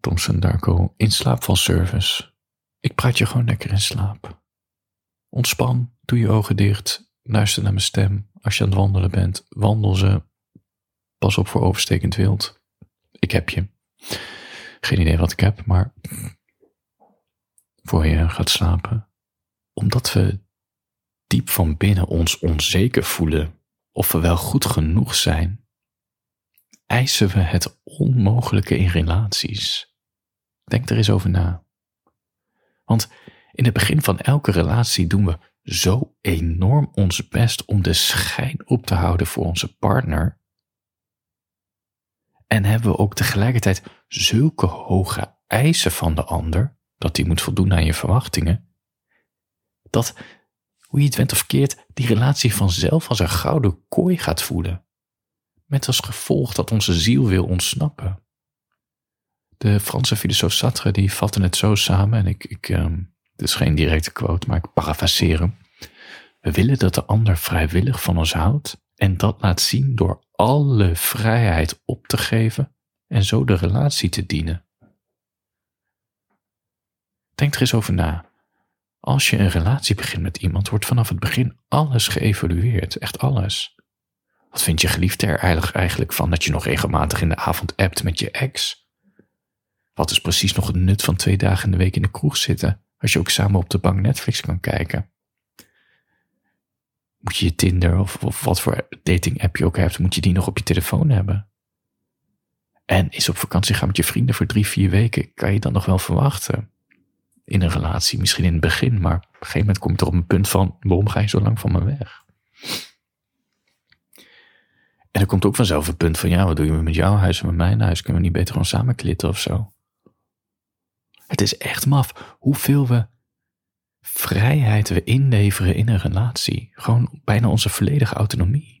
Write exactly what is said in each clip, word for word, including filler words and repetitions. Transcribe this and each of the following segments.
Thompson Darko, in slaapvalservice. Ik praat je gewoon lekker in slaap. Ontspan, doe je ogen dicht, luister naar mijn stem. Als je aan het wandelen bent, wandel ze. Pas op voor overstekend wild. Ik heb je. Geen idee wat ik heb, maar voor je gaat slapen. Omdat we diep van binnen ons onzeker voelen of we wel goed genoeg zijn, eisen we het onmogelijke in relaties. Denk er eens over na. Want in het begin van elke relatie doen we zo enorm ons best om de schijn op te houden voor onze partner. En hebben we ook tegelijkertijd zulke hoge eisen van de ander, dat die moet voldoen aan je verwachtingen, dat, hoe je het went of keert, die relatie vanzelf als een gouden kooi gaat voelen. Met als gevolg dat onze ziel wil ontsnappen. De Franse filosoof Sartre die vatte het zo samen, en ik, ik um, dit is geen directe quote, maar ik parafraseer hem. We willen dat de ander vrijwillig van ons houdt en dat laat zien door alle vrijheid op te geven en zo de relatie te dienen. Denk er eens over na. Als je een relatie begint met iemand, wordt vanaf het begin alles geëvalueerd, echt alles. Wat vind je geliefde er eigenlijk van dat je nog regelmatig in de avond appt met je ex? Wat is precies nog het nut van twee dagen in de week in de kroeg zitten, als je ook samen op de bank Netflix kan kijken? Moet je je Tinder of, of wat voor dating app je ook hebt, moet je die nog op je telefoon hebben? En is op vakantie gaan met je vrienden voor drie, vier weken, kan je dan nog wel verwachten? In een relatie, misschien in het begin, maar op een gegeven moment kom je er op een punt van, waarom ga je zo lang van me weg? En er komt ook vanzelf een punt van, ja, wat doe je met jouw huis en met mijn huis? Kunnen we niet beter gewoon samen klitten of zo? Het is echt maf hoeveel we vrijheid we inleveren in een relatie. Gewoon bijna onze volledige autonomie.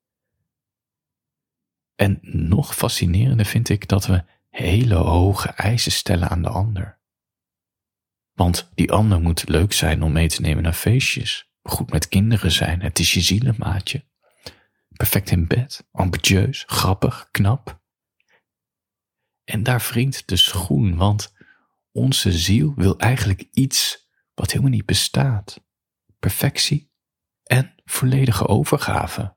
En nog fascinerender vind ik dat we hele hoge eisen stellen aan de ander. Want die ander moet leuk zijn om mee te nemen naar feestjes. Goed met kinderen zijn, het is je zielenmaatje. Perfect in bed, ambitieus, grappig, knap. En daar wringt de schoen, want onze ziel wil eigenlijk iets wat helemaal niet bestaat. Perfectie en volledige overgave.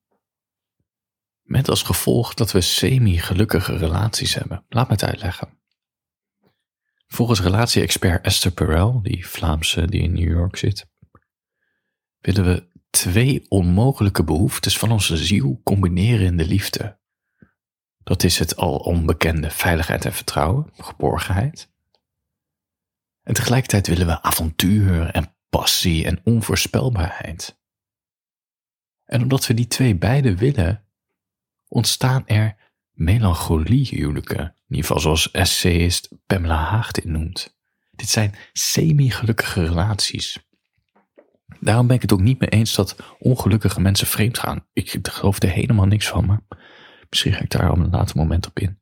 Met als gevolg dat we semi-gelukkige relaties hebben. Laat me het uitleggen. Volgens relatie-expert Esther Perel, die Vlaamse die in New York zit, willen we twee onmogelijke behoeftes van onze ziel combineren in de liefde. Dat is het al onbekende veiligheid en vertrouwen, geborgenheid. En tegelijkertijd willen we avontuur en passie en onvoorspelbaarheid. En omdat we die twee beide willen, ontstaan er melancholie-huwelijken, in ieder geval zoals essayist Pamela Haag dit noemt. Dit zijn semi-gelukkige relaties. Daarom ben ik het ook niet mee eens dat ongelukkige mensen vreemd gaan. Ik geloof er helemaal niks van, maar misschien ga ik daar op een later moment op in.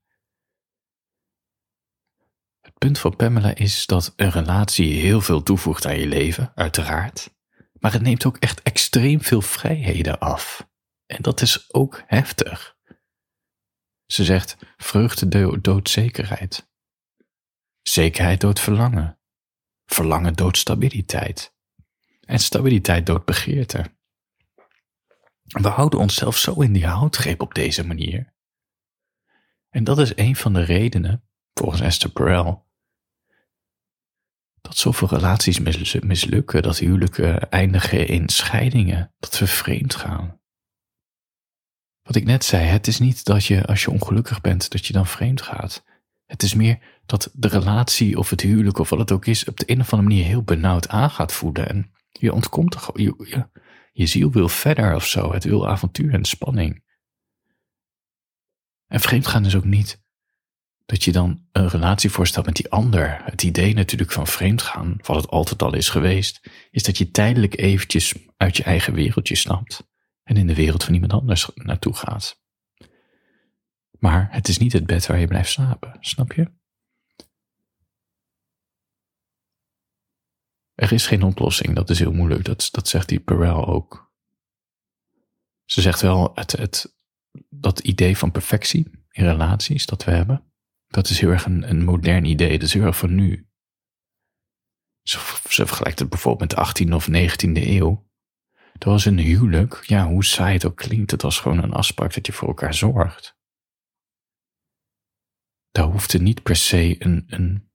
Het punt van Pamela is dat een relatie heel veel toevoegt aan je leven, uiteraard. Maar het neemt ook echt extreem veel vrijheden af. En dat is ook heftig. Ze zegt, vreugde doodt zekerheid. Zekerheid doodt verlangen. Verlangen doodt stabiliteit. En stabiliteit doodt begeerte. We houden onszelf zo in die houtgreep op deze manier. En dat is een van de redenen, volgens Esther Perel, dat zoveel relaties mislukken, dat huwelijken eindigen in scheidingen, dat we vreemd gaan. Wat ik net zei, het is niet dat je, als je ongelukkig bent, dat je dan vreemd gaat. Het is meer dat de relatie of het huwelijk of wat het ook is, op de een of andere manier heel benauwd aan gaat voelen. En je ontkomt er gewoon, je, je, je ziel wil verder of zo, het wil avontuur en spanning. En vreemdgaan is ook niet dat je dan een relatie voorstelt met die ander. Het idee natuurlijk van vreemdgaan, wat het altijd al is geweest, is dat je tijdelijk eventjes uit je eigen wereldje stapt en in de wereld van iemand anders naartoe gaat. Maar het is niet het bed waar je blijft slapen, snap je? Er is geen oplossing, dat is heel moeilijk, dat, dat zegt die Perel ook. Ze zegt wel, het, het, dat idee van perfectie in relaties dat we hebben, Dat is heel erg een, een modern idee, dat is heel erg van nu. Ze, ze vergelijkt het bijvoorbeeld met de achttiende of negentiende eeuw. Dat was een huwelijk, ja, hoe saai het ook klinkt, het was gewoon een afspraak dat je voor elkaar zorgt. Daar hoefde niet per se een, een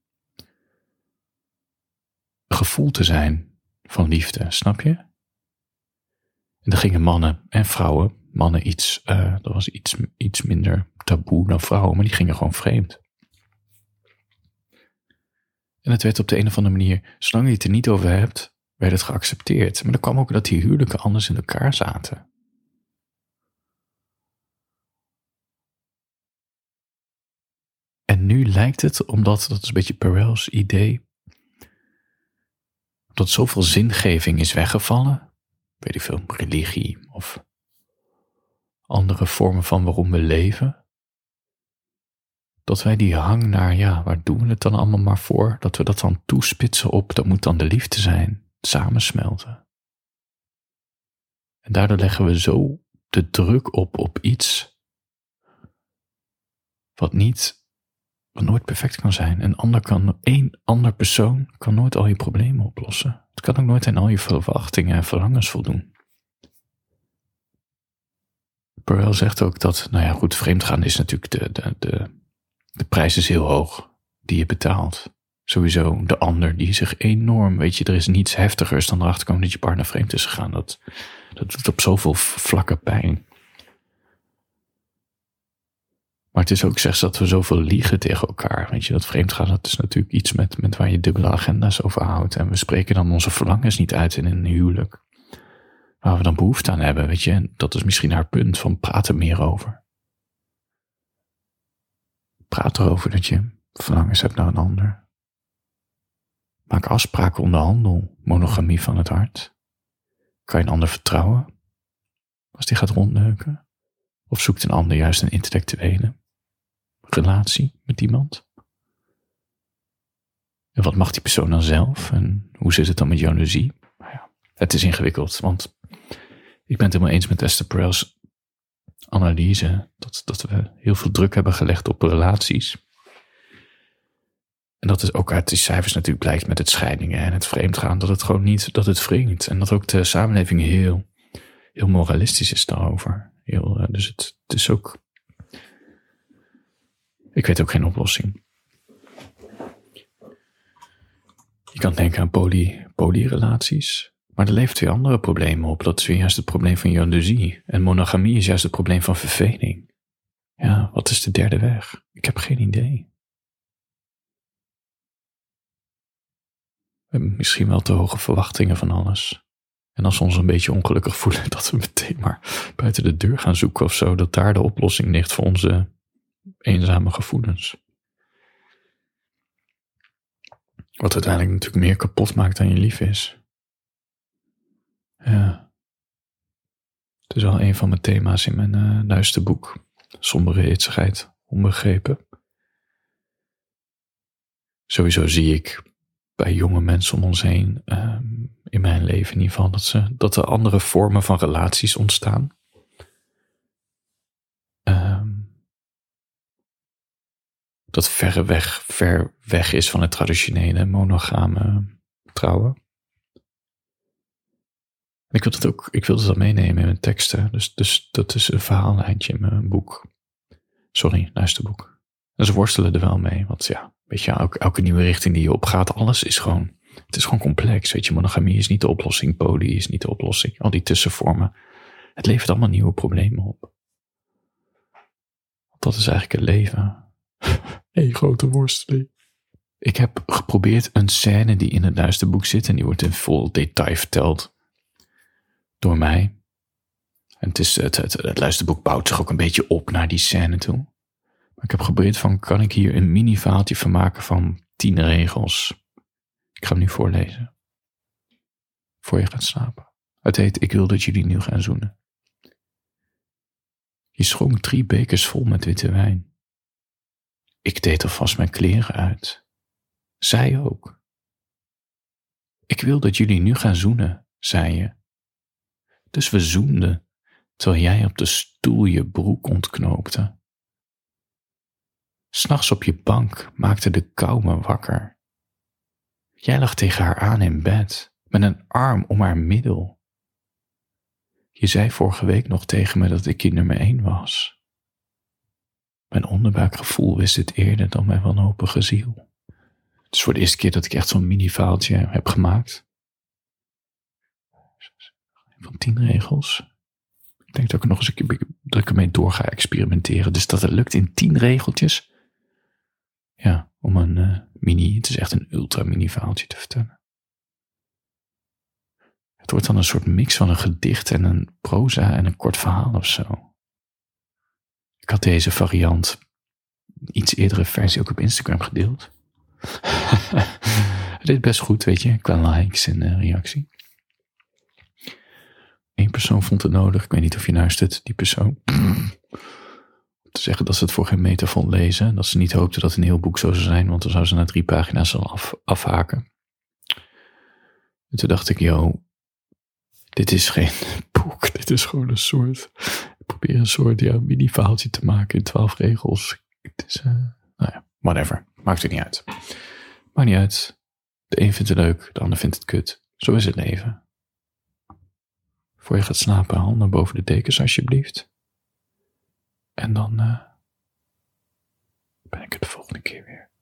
gevoel te zijn van liefde, snap je? En dan gingen mannen en vrouwen, mannen iets, uh, dat was iets, iets minder taboe dan vrouwen, maar die gingen gewoon vreemd. En het werd op de een of andere manier, zolang je het er niet over hebt, werd het geaccepteerd. Maar dan kwam ook dat die huwelijken anders in elkaar zaten. En nu lijkt het, omdat, dat is een beetje Perel's idee, dat zoveel zingeving is weggevallen, weet ik veel, religie of andere vormen van waarom we leven, dat wij die hang naar, ja, waar doen we het dan allemaal maar voor, dat we dat dan toespitsen op, dat moet dan de liefde zijn, samensmelten. En daardoor leggen we zo de druk op op iets wat niet, wat nooit perfect kan zijn. Een ander kan, één ander persoon kan nooit al je problemen oplossen. Het kan ook nooit aan al je verwachtingen en verlangens voldoen. Perel zegt ook dat, nou ja, goed, vreemdgaan is natuurlijk de, de, de, de prijs is heel hoog die je betaalt. Sowieso de ander die zich enorm, weet je, er is niets heftigers dan erachter komen dat je partner vreemd is gegaan. Dat, dat doet op zoveel vlakken pijn. Maar het is ook slechts dat we zoveel liegen tegen elkaar. Weet je, dat vreemdgaan, dat is natuurlijk iets met, met waar je dubbele agenda's over houdt. En we spreken dan onze verlangens niet uit in een huwelijk. Waar we dan behoefte aan hebben, weet je. En dat is misschien haar punt van praat er meer over. Praat erover dat je verlangens hebt naar een ander. Maak afspraken om de handel, monogamie van het hart. Kan je een ander vertrouwen als die gaat rondneuken? Of zoekt een ander juist een intellectuele relatie met iemand? En wat mag die persoon dan zelf? En hoe zit het dan met jaloezie? Nou ja, het is ingewikkeld, want ik ben het helemaal eens met Esther Perel's analyse, dat, dat we heel veel druk hebben gelegd op relaties. En dat is ook uit die cijfers natuurlijk blijkt met het scheidingen en het vreemdgaan, dat het gewoon niet, dat het wringt. En dat ook de samenleving heel, heel moralistisch is daarover. Heel, dus het, het is ook, ik weet ook geen oplossing. Je kan denken aan poly, polyrelaties, maar er levert weer andere problemen op. Dat is weer juist het probleem van jaloezie. En monogamie is juist het probleem van verveling. Ja, wat is de derde weg? Ik heb geen idee. We hebben misschien wel te hoge verwachtingen van alles. En als we ons een beetje ongelukkig voelen, dat we meteen maar buiten de deur gaan zoeken of zo, dat daar de oplossing ligt voor onze eenzame gevoelens. Wat uiteindelijk natuurlijk meer kapot maakt dan je lief is. Ja. Het is wel een van mijn thema's in mijn uh, nieuwste boek. Sombere hitsigheid, onbegrepen. Sowieso zie ik bij jonge mensen om ons heen, um, in mijn leven in ieder geval, dat, ze, dat er andere vormen van relaties ontstaan. Um, dat verre weg, ver weg is van het traditionele monogame trouwen. En ik wil dat ook, ik wil dat meenemen in mijn teksten. Dus, dus dat is een verhaallijntje in mijn boek. Sorry, luisterboek. En ze worstelen er wel mee, want ja, weet je, elke, elke nieuwe richting die je opgaat, alles is gewoon, het is gewoon complex. Weet je, monogamie is niet de oplossing, poly is niet de oplossing, al die tussenvormen. Het levert allemaal nieuwe problemen op. Dat is eigenlijk het leven. Een grote worsteling. Ik heb geprobeerd een scène die in het luisterboek zit, en die wordt in vol detail verteld door mij. En het, is, het, het, het luisterboek bouwt zich ook een beetje op naar die scène toe. Maar ik heb geprobeerd van, kan ik hier een mini verhaaltje van maken van tien regels? Ik ga hem nu voorlezen. Voor je gaat slapen. Het heet, ik wil dat jullie nu gaan zoenen. Je schonk drie bekers vol met witte wijn. Ik deed alvast mijn kleren uit. Zij ook. Ik wil dat jullie nu gaan zoenen, zei je. Dus we zoenden, terwijl jij op de stoel je broek ontknoopte. 'S'nachts op je bank maakte de kou me wakker. Jij lag tegen haar aan in bed, met een arm om haar middel. Je zei vorige week nog tegen me dat ik je nummer één was. Mijn onderbuikgevoel wist dit eerder dan mijn wanhopige ziel. Het is voor de eerste keer dat ik echt zo'n mini-verhaaltje heb gemaakt. Van tien regels. Ik denk dat ik er nog eens een keer dat ik ermee door ga experimenteren. Dus dat het lukt in tien regeltjes. Ja, om een uh, mini, het is echt een ultra mini verhaaltje te vertellen. Het wordt dan een soort mix van een gedicht en een proza en een kort verhaal of zo. Ik had deze variant, iets eerdere versie, ook op Instagram gedeeld. Het deed best goed, weet je, qua likes en uh, reactie. Eén persoon vond het nodig, ik weet niet of je luistert, die persoon, om te zeggen dat ze het voor geen meter vond lezen. Dat ze niet hoopte dat het een heel boek zo zou zijn, want dan zou ze na drie pagina's al af, afhaken. En toen dacht ik, yo, dit is geen boek, dit is gewoon een soort, ik probeer een soort ja, mini-verhaaltje te maken in twaalf regels. Het is, uh, nou ja, whatever, maakt het niet uit. Maakt niet uit, de een vindt het leuk, de ander vindt het kut. Zo is het leven. Voor je gaat slapen, handen boven de dekens alsjeblieft. En dan uh, ben ik er de volgende keer weer.